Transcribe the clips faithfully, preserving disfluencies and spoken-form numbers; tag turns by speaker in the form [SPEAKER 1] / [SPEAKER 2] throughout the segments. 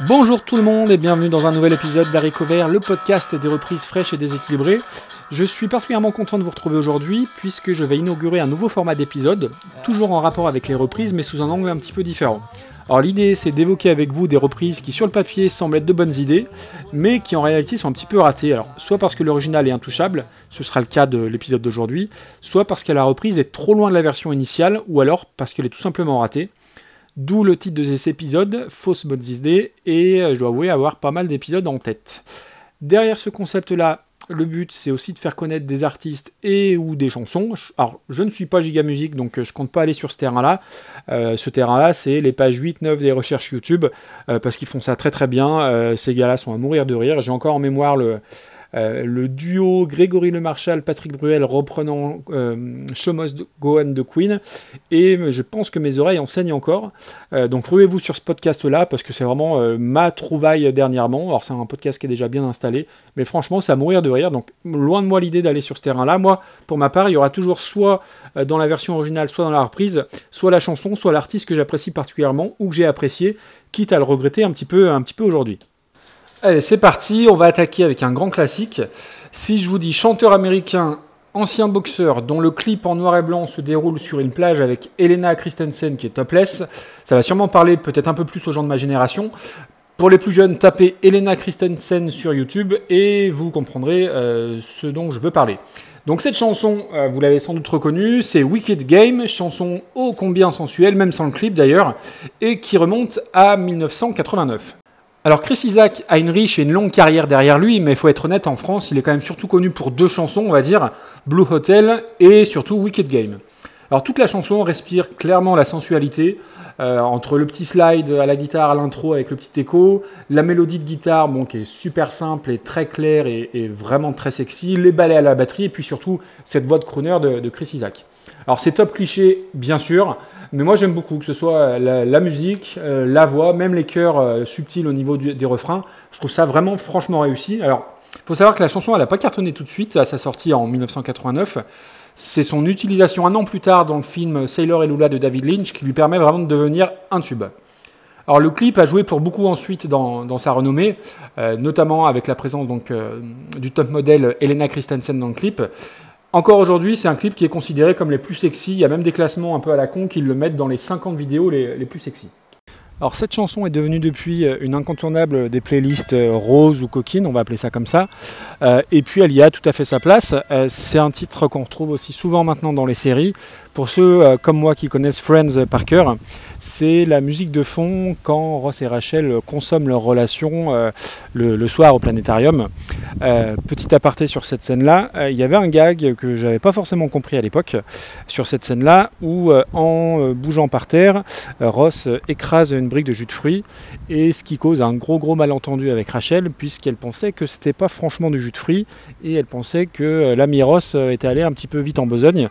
[SPEAKER 1] Bonjour tout le monde et bienvenue dans un nouvel épisode d'Haricots Verts, le podcast des reprises fraîches et déséquilibrées. Je suis particulièrement content de vous retrouver aujourd'hui puisque je vais inaugurer un nouveau format d'épisode, toujours en rapport avec les reprises mais sous un angle un petit peu différent. Alors l'idée c'est d'évoquer avec vous des reprises qui sur le papier semblent être de bonnes idées, mais qui en réalité sont un petit peu ratées. Alors soit parce que l'original est intouchable, ce sera le cas de l'épisode d'aujourd'hui, soit parce que la reprise est trop loin de la version initiale, ou alors parce qu'elle est tout simplement ratée. D'où le titre de cet épisode, Fausses bonnes idées, et je dois avouer avoir pas mal d'épisodes en tête. Derrière ce concept-là, le but c'est aussi de faire connaître des artistes et ou des chansons. Alors je ne suis pas Giga Musique, donc je compte pas aller sur ce terrain-là. Euh, ce terrain-là, c'est les pages huit neuf des recherches YouTube, euh, parce qu'ils font ça très très bien. Euh, ces gars-là sont à mourir de rire. J'ai encore en mémoire le... Euh, le duo Grégory Le Marchal, Patrick Bruel reprenant euh, Show Must Go On de Queen, et je pense que mes oreilles enseignent encore. Euh, donc ruez-vous sur ce podcast-là parce que c'est vraiment euh, ma trouvaille dernièrement. Alors c'est un podcast qui est déjà bien installé, mais franchement c'est à mourir de rire. Donc loin de moi l'idée d'aller sur ce terrain-là. Moi, pour ma part, il y aura toujours soit euh, dans la version originale, soit dans la reprise, soit la chanson, soit l'artiste que j'apprécie particulièrement ou que j'ai apprécié, quitte à le regretter un petit peu, un petit peu aujourd'hui. Allez, c'est parti, on va attaquer avec un grand classique. Si je vous dis chanteur américain, ancien boxeur, dont le clip en noir et blanc se déroule sur une plage avec Helena Christensen qui est topless, ça va sûrement parler peut-être un peu plus aux gens de ma génération. Pour les plus jeunes, tapez Helena Christensen sur YouTube et vous comprendrez euh, ce dont je veux parler. Donc cette chanson, euh, vous l'avez sans doute reconnue, c'est Wicked Game, chanson ô combien sensuelle, même sans le clip d'ailleurs, et qui remonte à dix-neuf cent quatre-vingt-neuf. Alors Chris Isaak a une riche et une longue carrière derrière lui, mais il faut être honnête, en France, il est quand même surtout connu pour deux chansons, on va dire, Blue Hotel et surtout Wicked Game. Alors toute la chanson respire clairement la sensualité, euh, entre le petit slide à la guitare à l'intro avec le petit écho, la mélodie de guitare bon, qui est super simple et très claire et, et vraiment très sexy, les ballets à la batterie et puis surtout cette voix de crooner de, de Chris Isaak. Alors c'est top cliché, bien sûr, mais moi j'aime beaucoup que ce soit la, la musique, euh, la voix, même les chœurs euh, subtils au niveau du, des refrains. Je trouve ça vraiment franchement réussi. Alors, il faut savoir que la chanson elle n'a pas cartonné tout de suite à sa sortie en dix-neuf cent quatre-vingt-neuf. C'est son utilisation un an plus tard dans le film Sailor et Lula de David Lynch qui lui permet vraiment de devenir un tube. Alors le clip a joué pour beaucoup ensuite dans, dans sa renommée, euh, notamment avec la présence donc, euh, du top modèle Helena Christensen dans le clip. Encore aujourd'hui, c'est un clip qui est considéré comme les plus sexy. Il y a même des classements un peu à la con qui le mettent dans les cinquante vidéos les, les plus sexy. Alors cette chanson est devenue depuis une incontournable des playlists roses ou coquines, on va appeler ça comme ça. Euh, et puis elle y a tout à fait sa place. Euh, c'est un titre qu'on retrouve aussi souvent maintenant dans les séries. Pour ceux euh, comme moi qui connaissent Friends par cœur, c'est la musique de fond quand Ross et Rachel consomment leur relation euh, le, le soir au planétarium. Euh, petit aparté sur cette scène-là, il euh, y avait un gag que j'avais pas forcément compris à l'époque sur cette scène-là où euh, en euh, bougeant par terre, euh, Ross écrase une brique de jus de fruits et ce qui cause un gros gros malentendu avec Rachel puisqu'elle pensait que c'était pas franchement du jus de fruits et elle pensait que euh, l'ami Ross était allé un petit peu vite en besogne.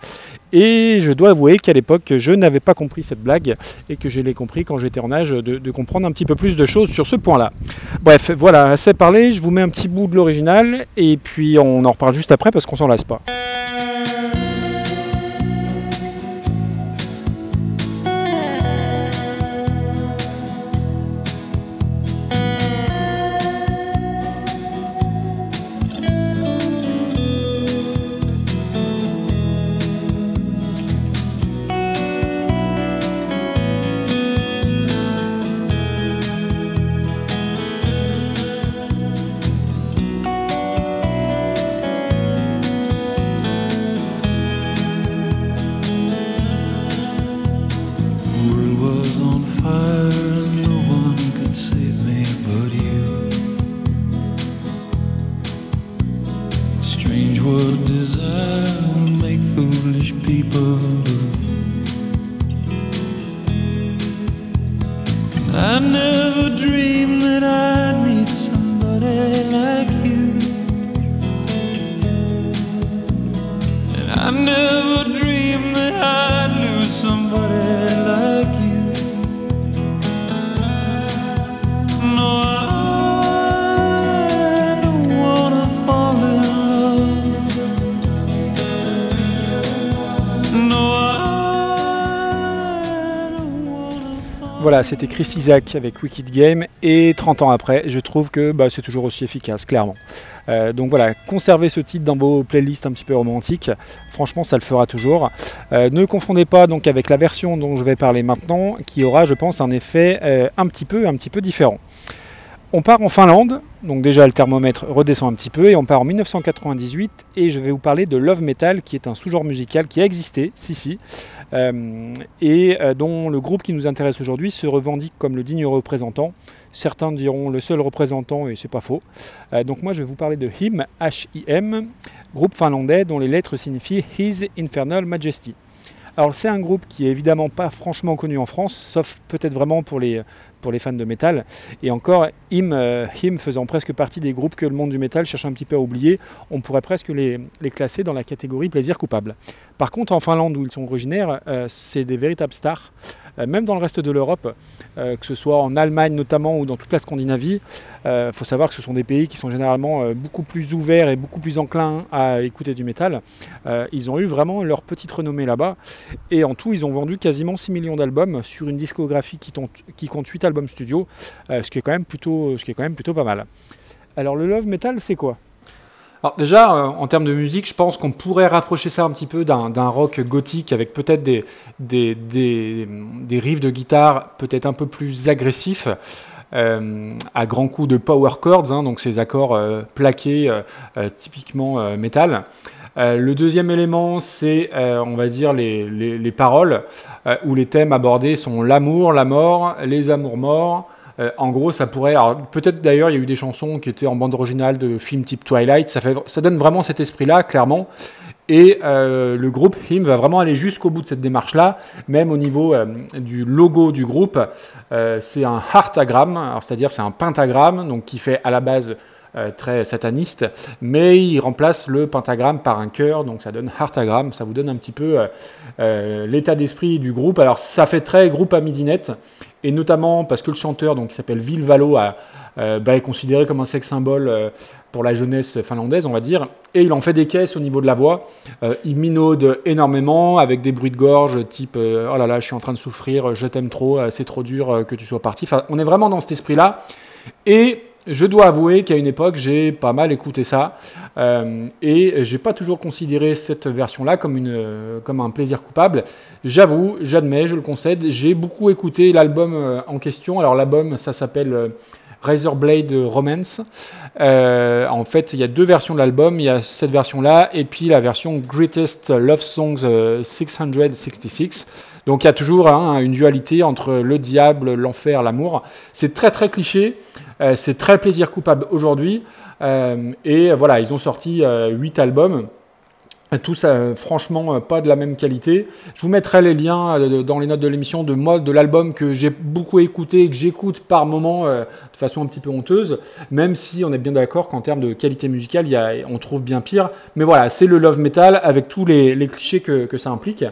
[SPEAKER 1] Et je dois avouer qu'à l'époque, je n'avais pas compris cette blague et que je l'ai compris quand j'étais en âge de, de comprendre un petit peu plus de choses sur ce point-là. Bref, voilà, assez parlé, je vous mets un petit bout de l'original et puis on en reparle juste après parce qu'on s'en lasse pas.
[SPEAKER 2] I never dreamed that I'd meet somebody like you, and I never dreamed that I'd lose somebody like you. No, I don't wanna fall in love. No, I don't wanna fall
[SPEAKER 1] Voilà, c'était Chris Isaak avec Wicked Game, et trente ans après, je trouve que bah, c'est toujours aussi efficace, clairement. Euh, donc voilà, conservez ce titre dans vos playlists un petit peu romantiques, franchement ça le fera toujours. Euh, ne confondez pas donc avec la version dont je vais parler maintenant, qui aura je pense un effet euh, un petit peu, un petit peu différent. On part en Finlande, donc déjà le thermomètre redescend un petit peu, et on part en dix-neuf cent quatre-vingt-dix-huit, et je vais vous parler de Love Metal, qui est un sous-genre musical qui a existé, si si, euh, et euh, dont le groupe qui nous intéresse aujourd'hui se revendique comme le digne représentant. Certains diront le seul représentant, et c'est pas faux. Euh, donc moi je vais vous parler de Him, H I M, groupe finlandais dont les lettres signifient His Infernal Majesty. Alors c'est un groupe qui est évidemment pas franchement connu en France, sauf peut-être vraiment pour les, pour les fans de métal. Et encore, Him, euh, Him faisant presque partie des groupes que le monde du métal cherche un petit peu à oublier, on pourrait presque les, les classer dans la catégorie plaisir coupable. Par contre, en Finlande, où ils sont originaires, euh, c'est des véritables stars. Euh, même dans le reste de l'Europe, euh, que ce soit en Allemagne notamment ou dans toute la Scandinavie, il euh, faut savoir que ce sont des pays qui sont généralement euh, beaucoup plus ouverts et beaucoup plus enclins à écouter du métal. Euh, ils ont eu vraiment leur petite renommée là-bas, et en tout ils ont vendu quasiment six millions d'albums sur une discographie qui, tont, qui compte huit albums studio, euh, ce, qui est quand même plutôt, ce qui est quand même plutôt pas mal. Alors le love metal, c'est quoi ? Alors déjà, euh, en termes de musique, je pense qu'on pourrait rapprocher ça un petit peu d'un, d'un rock gothique avec peut-être des, des, des, des riffs de guitare peut-être un peu plus agressifs, euh, à grands coups de power chords, hein, donc ces accords euh, plaqués, euh, euh, typiquement euh, métal. Euh, le deuxième élément, c'est, euh, on va dire, les, les, les paroles, euh, où les thèmes abordés sont l'amour, la mort, les amours morts. Euh, en gros, ça pourrait... Alors, peut-être d'ailleurs, il y a eu des chansons qui étaient en bande originale de films type Twilight. Ça, fait, ça donne vraiment cet esprit-là, clairement. Et euh, le groupe Him va vraiment aller jusqu'au bout de cette démarche-là, même au niveau euh, du logo du groupe. Euh, c'est un heartagramme, alors, c'est-à-dire c'est un pentagramme, donc qui fait à la base... Euh, très sataniste, mais il remplace le pentagramme par un cœur, donc ça donne heartagramme, ça vous donne un petit peu euh, euh, l'état d'esprit du groupe. Alors ça fait très groupe à midinette, et notamment parce que le chanteur, donc, qui s'appelle Ville Valo, a, euh, bah, est considéré comme un sex symbole euh, pour la jeunesse finlandaise, on va dire, et il en fait des caisses au niveau de la voix. Euh, il minaude énormément avec des bruits de gorge type euh, oh là là, je suis en train de souffrir, je t'aime trop, c'est trop dur euh, que tu sois parti. Enfin, on est vraiment dans cet esprit-là, et je dois avouer qu'à une époque, j'ai pas mal écouté ça, euh, et j'ai pas toujours considéré cette version-là comme, une, euh, comme un plaisir coupable. J'avoue, j'admets, je le concède, j'ai beaucoup écouté l'album euh, en question. Alors l'album, ça s'appelle euh, Razorblade Romance. Euh, en fait, il y a deux versions de l'album, il y a cette version-là, et puis la version Greatest Love Songs euh, six cent soixante-six. Donc il y a toujours hein, une dualité entre le diable, l'enfer, l'amour. C'est très très cliché, euh, c'est très plaisir coupable aujourd'hui. Euh, et voilà, ils ont sorti euh, huit albums, tous euh, franchement euh, pas de la même qualité. Je vous mettrai les liens euh, dans les notes de l'émission de moi, de l'album que j'ai beaucoup écouté et que j'écoute par moment euh, de façon un petit peu honteuse, même si on est bien d'accord qu'en termes de qualité musicale, y a, on trouve bien pire. Mais voilà, c'est le love metal avec tous les, les clichés que, que ça implique.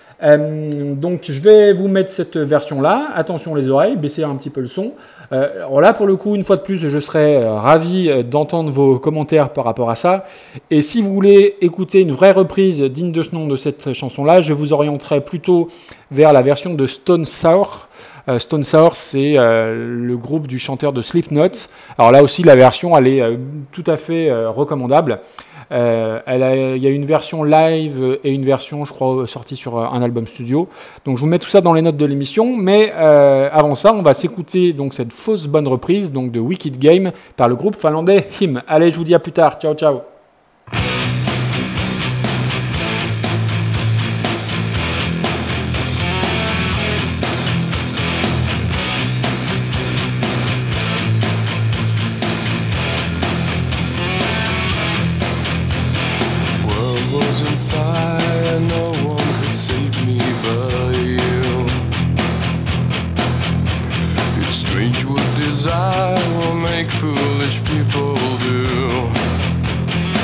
[SPEAKER 1] Euh, donc je vais vous mettre cette version là, attention les oreilles, baissez un petit peu le son. Euh, alors là pour le coup, une fois de plus, je serais euh, ravi euh, d'entendre vos commentaires par rapport à ça, et si vous voulez écouter une vraie reprise digne de ce nom de cette chanson là, je vous orienterai plutôt vers la version de Stone Sour. Euh, Stone Sour, c'est euh, le groupe du chanteur de Slipknot. Alors là aussi la version elle est euh, tout à fait euh, recommandable. Euh, elle a, il y a une version live et une version, je crois, sortie sur un album studio. Donc je vous mets tout ça dans les notes de l'émission. Mais euh, avant ça, on va s'écouter donc cette fausse bonne reprise donc de Wicked Game par le groupe finlandais Him. Allez, je vous dis à plus tard. Ciao, ciao.
[SPEAKER 2] Desire will make foolish people do.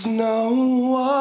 [SPEAKER 3] There's no one